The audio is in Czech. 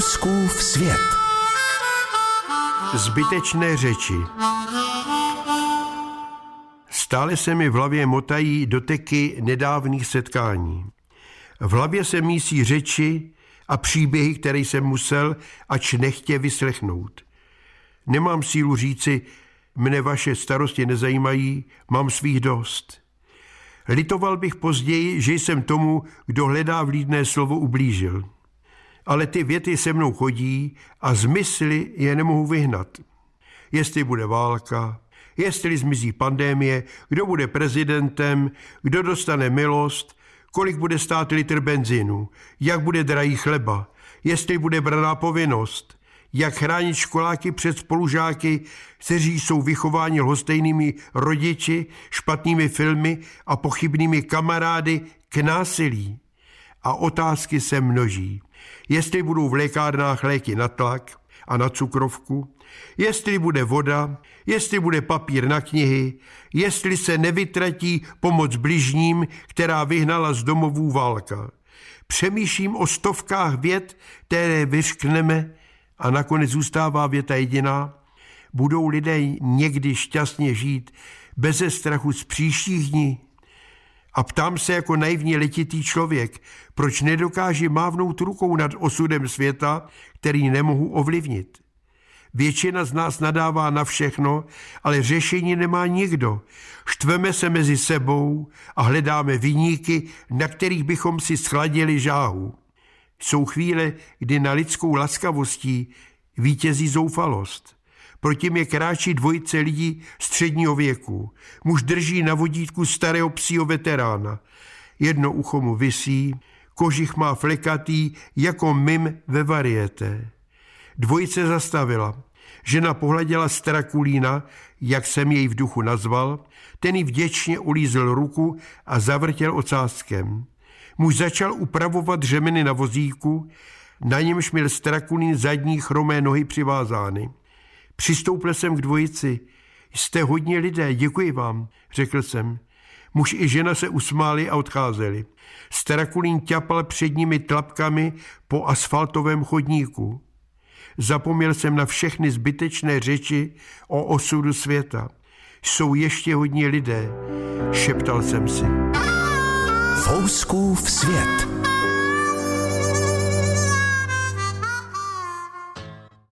Fouskův svět. Zbytečné řeči. Stále se mi v hlavě motají doteky nedávných setkání. V hlavě se mísí řeči a příběhy, které jsem musel, ač nechtě, vyslechnout. Nemám sílu říci, mne vaše starosti nezajímají, mám svých dost. Litoval bych později, že jsem tomu, kdo hledá vlídné slovo, ublížil. Ale ty věty se mnou chodí a z mysli je nemohu vyhnat. Jestli bude válka, jestli zmizí pandémie, kdo bude prezidentem, kdo dostane milost, kolik bude stát litr benzínu, jak bude drahý chleba, jestli bude braná povinnost, jak chránit školáky před spolužáky, kteří jsou vychováni lhostejnými rodiči, špatnými filmy a pochybnými kamarády k násilí. A otázky se množí. Jestli budou v lékárnách léky na tlak a na cukrovku, jestli bude voda, jestli bude papír na knihy, jestli se nevytratí pomoc bližním, která vyhnala z domovů válka. Přemýšlím o stovkách vět, které vyřkneme, a nakonec zůstává věta jediná. Budou lidé někdy šťastně žít beze strachu z příštích dní? A ptám se jako naivní letitý člověk, proč nedokáže mávnout rukou nad osudem světa, který nemohu ovlivnit. Většina z nás nadává na všechno, ale řešení nemá nikdo. Štveme se mezi sebou a hledáme viníky, na kterých bychom si schladili žáhu. Jsou chvíle, kdy na lidskou laskavostí vítězí zoufalost. Proti mě kráčí dvojice lidí středního věku. Muž drží na vodítku starého psího veterána. Jedno ucho mu visí, kožich má flekatý jako mim ve varieté. Dvojice zastavila. Žena pohleděla Strakulína, jak jsem jej v duchu nazval, ten jí vděčně ulízl ruku a zavrtěl ocáskem. Muž začal upravovat řemeny na vozíku, na němž měl Strakulín zadní chromé nohy přivázány. Přistoupil jsem k dvojici. Jste hodně lidé, děkuji vám, řekl jsem. Muž i žena se usmáli a odcházeli. Strakulín ťapal před nimi tlapkami po asfaltovém chodníku. Zapomněl jsem na všechny zbytečné řeči o osudu světa. Jsou ještě hodně lidé, šeptal jsem si. Fouskův svět.